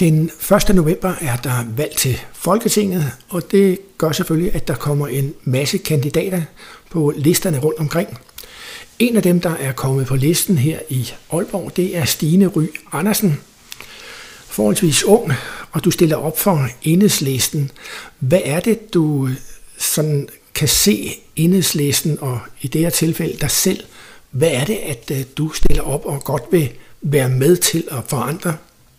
Den 1. november er der valg til Folketinget, og det gør selvfølgelig, at der kommer en masse kandidater på listerne rundt omkring. En af dem, der er kommet på listen her i Aalborg, det er Stine Ry Andersen. Forholdsvis ung, og du stiller op for Enhedslisten. Hvad er det, du sådan kan se Enhedslisten, og i det her tilfælde dig selv, hvad er det, at du stiller op og godt vil være med til at forandre?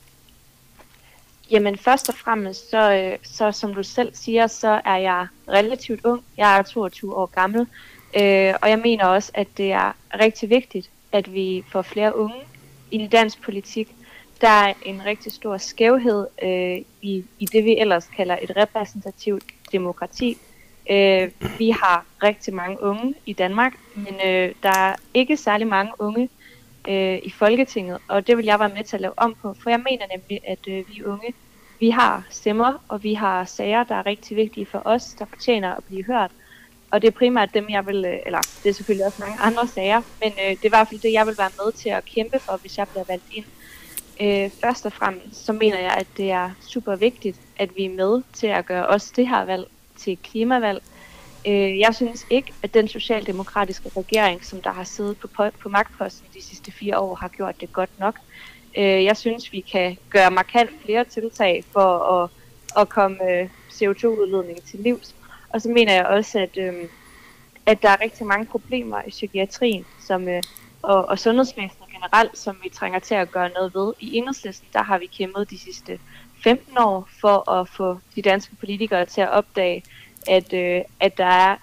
Jamen først og fremmest, så som du selv siger, så er jeg relativt ung. Jeg er 22 år gammel, og jeg mener også, at det er rigtig vigtigt, at vi får flere unge i dansk politik. Der er en rigtig stor skævhed i det, vi ellers kalder et repræsentativt demokrati. Vi har rigtig mange unge i Danmark, men der er ikke særlig mange unge i Folketinget, og det vil jeg være med til at lave om på, for jeg mener nemlig, at vi unge, vi har stemmer, og vi har sager, der er rigtig vigtige for os, der fortjener at blive hørt, og det er primært dem, jeg vil, eller det er selvfølgelig også mange andre sager, men det er i hvert fald det, jeg vil være med til at kæmpe for, hvis jeg bliver valgt ind. Først og fremmest, så mener jeg, at det er super vigtigt, at vi er med til at gøre også det her valg til klimavalg. Jeg synes ikke, at den socialdemokratiske regering, som der har siddet på magtposten de sidste 4 år, har gjort det godt nok. Jeg synes, vi kan gøre markant flere tiltag for at komme CO2-udledning til livs. Og så mener jeg også, at der er rigtig mange problemer i psykiatrien og sundhedsvæsenet generelt, som vi trænger til at gøre noget ved. I Enhedslisten, der har vi kæmpet de sidste 15 år for at få de danske politikere til at opdage, at der er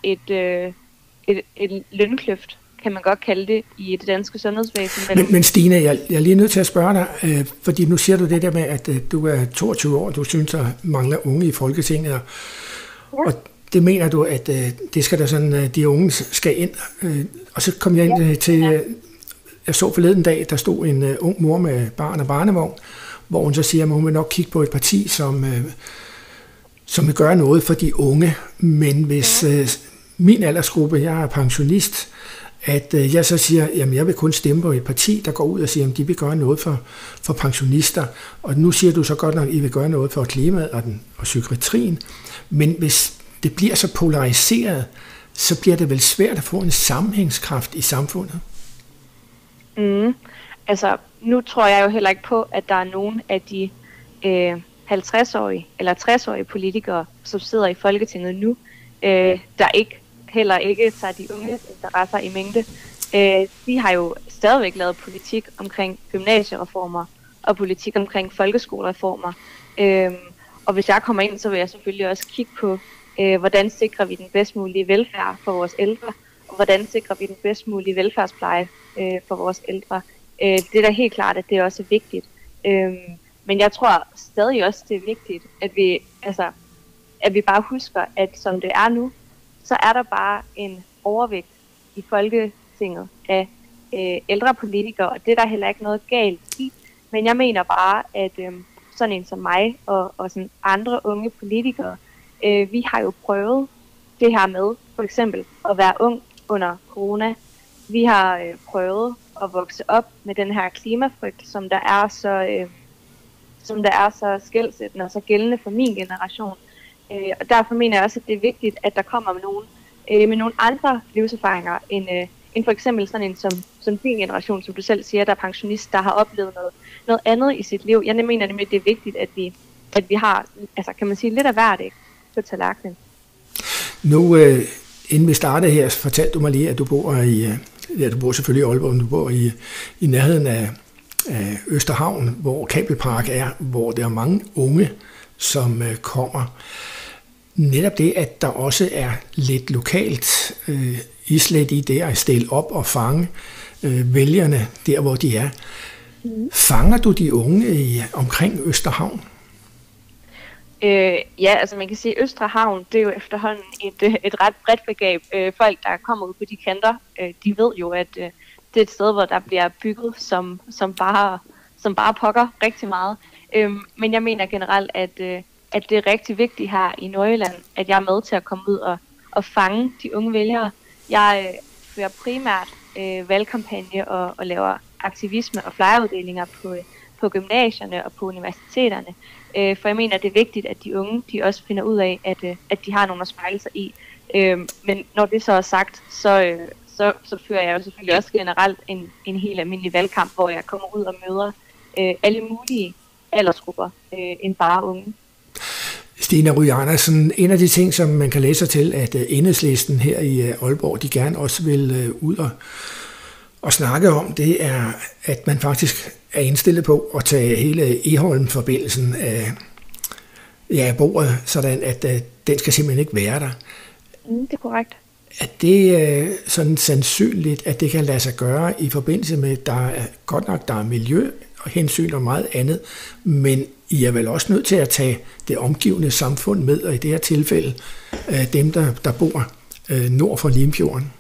et lønkløft, kan man godt kalde det, i det danske sundhedsvæsen. Men Stine, jeg er lige nødt til at spørge dig, fordi nu siger du det der med, at du er 22 år, du synes, der mangler unge i Folketinget, ja. Og det mener du, at det skal der sådan, de unge skal ind. Og så kom jeg ind til, jeg så forleden dag, der stod en ung mor med barn og barnevogn, hvor hun så siger, at hun vil nok kigge på et parti, som vil gøre noget for de unge. Men hvis min aldersgruppe, jeg er pensionist, at jeg så siger, jamen jeg vil kun stemme på et parti, der går ud og siger, at de vil gøre noget for pensionister. Og nu siger du så godt nok, at I vil gøre noget for klimaet og psykiatrien. Men hvis det bliver så polariseret, så bliver det vel svært at få en sammenhængskraft i samfundet? Altså, nu tror jeg jo heller ikke på, at der er nogen af de 50-årige eller 60-årige politikere, som sidder i Folketinget nu, der heller ikke tager de unge interesser i mængde. De har jo stadigvæk lavet politik omkring gymnasiereformer og politik omkring folkeskolereformer. Og hvis jeg kommer ind, så vil jeg selvfølgelig også kigge på, hvordan sikrer vi den bedst mulige velfærd for vores ældre, og hvordan sikrer vi den bedst mulige velfærdspleje for vores ældre. Det er da helt klart, at det også er vigtigt. Men jeg tror stadig også, det er vigtigt, at vi bare husker, at som det er nu, så er der bare en overvægt i Folketinget af ældre politikere, og det er der heller ikke noget galt i. Men jeg mener bare, at sådan en som mig og sådan andre unge politikere, vi har jo prøvet det her med for eksempel at være ung under corona. Vi har prøvet at vokse op med den her klimafrygt, som der er så skelsættende og så gældende for min generation. Og derfor mener jeg også, at det er vigtigt, at der kommer med nogle andre livserfaringer end for eksempel sådan en som din generation, som du selv siger, der er pensionist, der har oplevet noget andet i sit liv. Jeg mener nemlig, at det er vigtigt, at vi har, altså kan man sige, lidt af hvert, ikke, på tallerkenen. Nu, inden vi startede her, fortalte du mig lige, at du bor du bor selvfølgelig i Aalborg, men du bor i nærheden af Østerhavn, hvor Kabelpark er, hvor der er mange unge, som kommer. Netop det, at der også er lidt lokalt islet i det at stille op og fange vælgerne der, hvor de er. Fanger du de unge omkring Østerhavn? Ja, altså man kan sige, at Østre Havn, det er jo efterhånden et ret bredt begreb. Folk, der kommer ud på de kanter, de ved jo, at det er et sted, hvor der bliver bygget, som bare pokker rigtig meget. Men jeg mener generelt, at det er rigtig vigtigt her i Nordjylland, at jeg er med til at komme ud og fange de unge vælgere. Jeg fører primært valgkampagne og laver aktivisme og flyeuddelinger på gymnasierne og på universiteterne. For jeg mener, at det er vigtigt, at de unge de også finder ud af, at de har nogen at spejle sig i. Men når det så er sagt, så fører jeg jo selvfølgelig også generelt en helt almindelig valgkamp, hvor jeg kommer ud og møder alle mulige aldersgrupper end bare unge. Stina Rye Andersen, en af de ting, som man kan læse sig til, at Enhedslisten her i Aalborg, de gerne også vil ud og snakke om, det er, at man faktisk er indstillet på at tage hele Egholm-forbindelsen af bordet, sådan at den skal simpelthen ikke være der. Det er korrekt. Er det sådan sandsynligt, at det kan lade sig gøre i forbindelse med, der er miljø og hensyn og meget andet, men I er vel også nødt til at tage det omgivende samfund med, og i det her tilfælde dem, der bor nord for Limfjorden?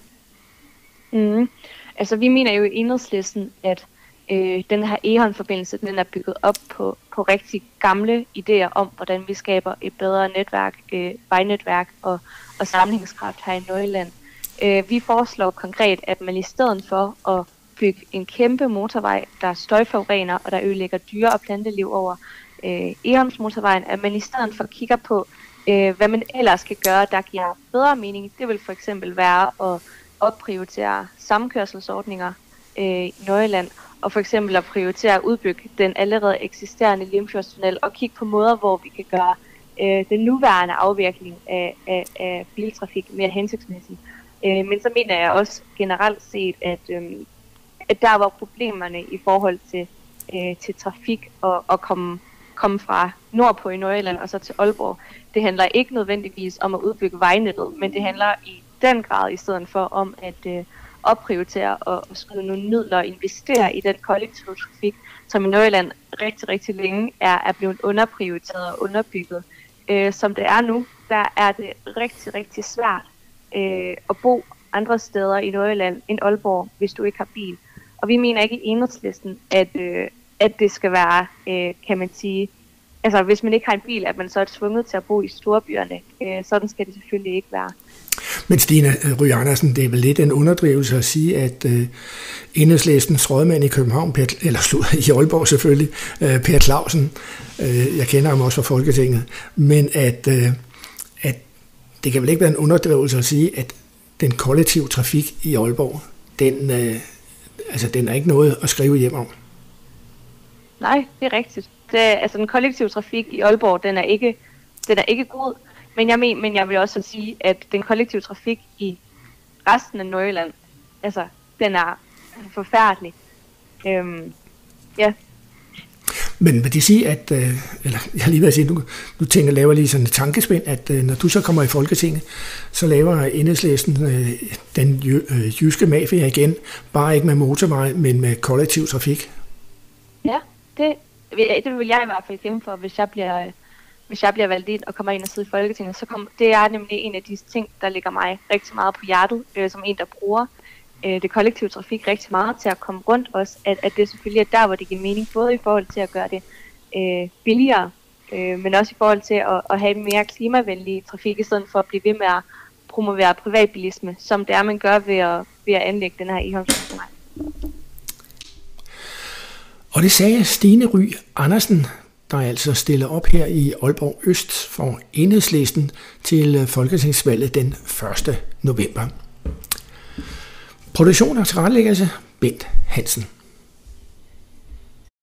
Altså vi mener jo i Enhedslisten, at den her Egholm-forbindelse, den er bygget op på rigtig gamle idéer om, hvordan vi skaber et bedre netværk, vejnetværk og sammenhængskraft her i Nordjylland. Vi foreslår konkret, at man i stedet for at bygge en kæmpe motorvej, der støjforurener og der ødelægger dyre- og planteliv over Egholmsmotorvejen, at man i stedet for kigger på, hvad man ellers kan gøre, der giver bedre mening. Det vil for eksempel være at opprioritere sammenkørselsordninger i Nordjylland, og for eksempel at prioritere at udbygge den allerede eksisterende Limfjordstunnel og kigge på måder, hvor vi kan gøre den nuværende afvirkning af biltrafik mere hensigtsmæssig. Men så mener jeg også generelt set, at der var problemerne i forhold til trafik og komme fra nordpå i Nordjylland og så til Aalborg. Det handler ikke nødvendigvis om at udbygge vejnettet, men det handler i den grad i stedet for om at opprioritere og skyde nogle midler og investere i den kollektive trafik, som i Nordjylland rigtig, rigtig længe er blevet underprioriteret og underbygget. Som det er nu, der er det rigtig, rigtig svært at bo andre steder i Nordjylland end Aalborg, hvis du ikke har bil. Og vi mener ikke i Enhedslisten, at det skal være, kan man sige, altså hvis man ikke har en bil, at man så er tvunget til at bo i storbyerne. Sådan skal det selvfølgelig ikke være. Men Stina Rye Andersen, det er vel lidt en underdrivelse at sige, at Enhedslistens rådmand i København, i Aalborg selvfølgelig, Per Clausen, jeg kender ham også fra Folketinget, men at det kan vel ikke være en underdrivelse at sige, at den kollektive trafik i Aalborg, den er ikke noget at skrive hjem om. Nej, det er rigtigt. Den kollektive trafik i Aalborg, den er ikke god. Men jeg vil også sige, at den kollektive trafik i resten af Nordjylland, altså, den er forfærdelig. Ja. Men vil det sige, at, eller jeg lige vil sige, nu laver lige sådan et tankespind, at når du så kommer i Folketinget, så laver Enhedslisten den jyske mafia igen, bare ikke med motorvej, men med kollektiv trafik? Ja, det vil jeg i hvert fald kæmpe for, hvis jeg bliver valgt ind og kommer ind og sidder i Folketinget. Det er nemlig en af de ting, der ligger mig rigtig meget på hjertet, som en, der bruger det kollektive trafik rigtig meget til at komme rundt også, at det selvfølgelig er der, hvor det giver mening, både i forhold til at gøre det billigere, men også i forhold til at have en mere klimavenlig trafik, i stedet for at blive ved med at promovere privatbilisme, som det er, man gør ved at anlægge den her Egholmsmotorvej. Og det sagde Stine Rye Andersen, der altså stiller op her i Aalborg Øst for Enhedslisten til folketingsvalget den 1. november. Produktion og tilrettelæggelse Bent Hansen.